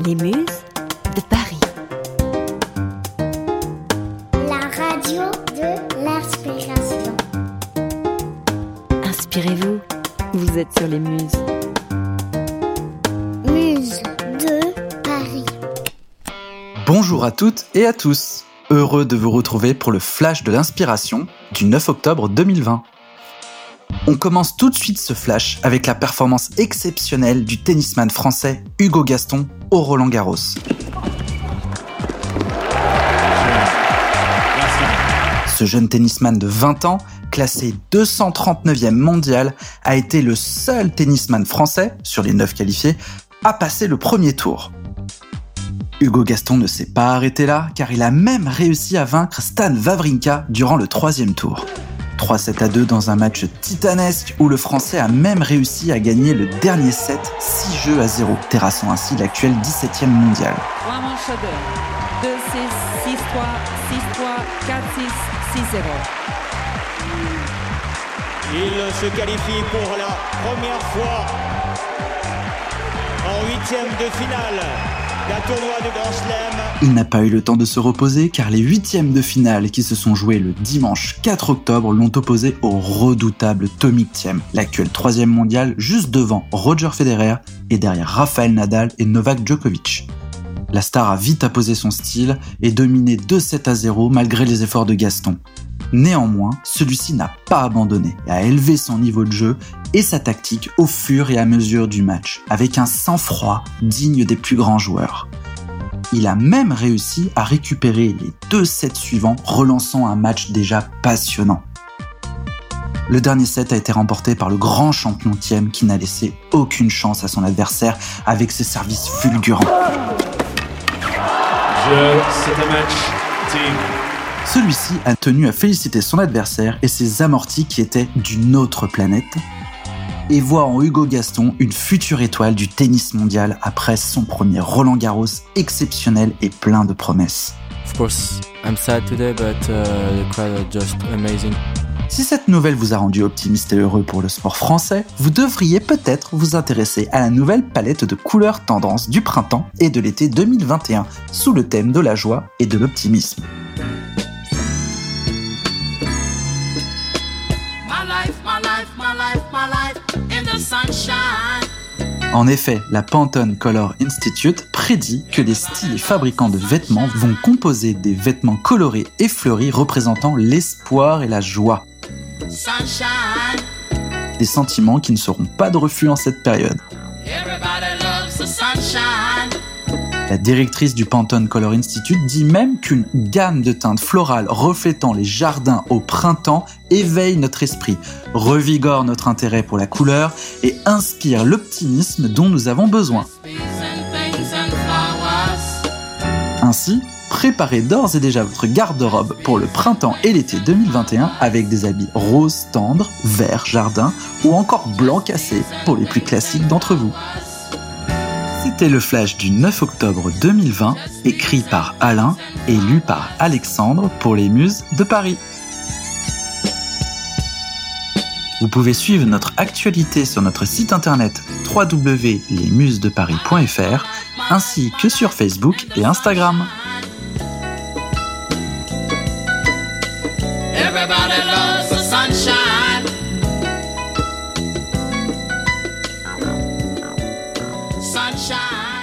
Les Muses de Paris. La radio de l'inspiration. Inspirez-vous, vous êtes sur Les Muses. Muses de Paris. Bonjour à toutes et à tous. Heureux de vous retrouver pour le flash de l'inspiration du 9 octobre 2020. On commence tout de suite ce flash avec la performance exceptionnelle du tennisman français Hugo Gaston au Roland-Garros. Ce jeune tennisman de 20 ans, classé 239e mondial, a été le seul tennisman français, sur les 9 qualifiés, à passer le premier tour. Hugo Gaston ne s'est pas arrêté là, car il a même réussi à vaincre Stan Wawrinka durant le 3e tour. 3-7-2 dans un match titanesque où le Français a même réussi à gagner le dernier set 6-0, terrassant ainsi l'actuel 17e mondial. 3 manches à 2, 2-6, 6-3, 6-3, 4-6, 6-0. Il se qualifie pour la première fois en 8e de finale d'un tournoi de Grand Chelem. Il n'a pas eu le temps de se reposer car les 8e de finale qui se sont joués le dimanche 4 octobre l'ont opposé au redoutable Dominic Thiem, l'actuel 3e mondial juste devant Roger Federer et derrière Rafael Nadal et Novak Djokovic. La star a vite apposé son style et dominé 2-7-0 malgré les efforts de Gaston. Néanmoins, celui-ci n'a pas abandonné et a élevé son niveau de jeu et sa tactique au fur et à mesure du match, avec un sang-froid digne des plus grands joueurs. Il a même réussi à récupérer les 2 sets suivants, relançant un match déjà passionnant. Le dernier set a été remporté par le grand champion Thiem qui n'a laissé aucune chance à son adversaire avec ses services fulgurants. C'est un match team. Celui-ci a tenu à féliciter son adversaire et ses amortis qui étaient d'une autre planète et voit en Hugo Gaston une future étoile du tennis mondial après son premier Roland-Garros exceptionnel et plein de promesses. Of course, I'm sad today, but the crowd are just amazing. Si cette nouvelle vous a rendu optimiste et heureux pour le sport français, vous devriez peut-être vous intéresser à la nouvelle palette de couleurs tendances du printemps et de l'été 2021 sous le thème de la joie et de l'optimisme. En effet, la Pantone Color Institute prédit que les styles et fabricants de vêtements vont composer des vêtements colorés et fleuris représentant l'espoir et la joie. Des sentiments qui ne seront pas de refus en cette période. La directrice du Pantone Color Institute dit même qu'une gamme de teintes florales reflétant les jardins au printemps éveille notre esprit, revigore notre intérêt pour la couleur et inspire l'optimisme dont nous avons besoin. Ainsi, préparez d'ores et déjà votre garde-robe pour le printemps et l'été 2021 avec des habits roses tendres, vert jardin ou encore blanc cassé pour les plus classiques d'entre vous. C'était le flash du 9 octobre 2020, écrit par Alain et lu par Alexandre pour les Muses de Paris. Vous pouvez suivre notre actualité sur notre site internet www.lesmusesdeparis.fr ainsi que sur Facebook et Instagram. Everybody loves the sunshine. Sunshine.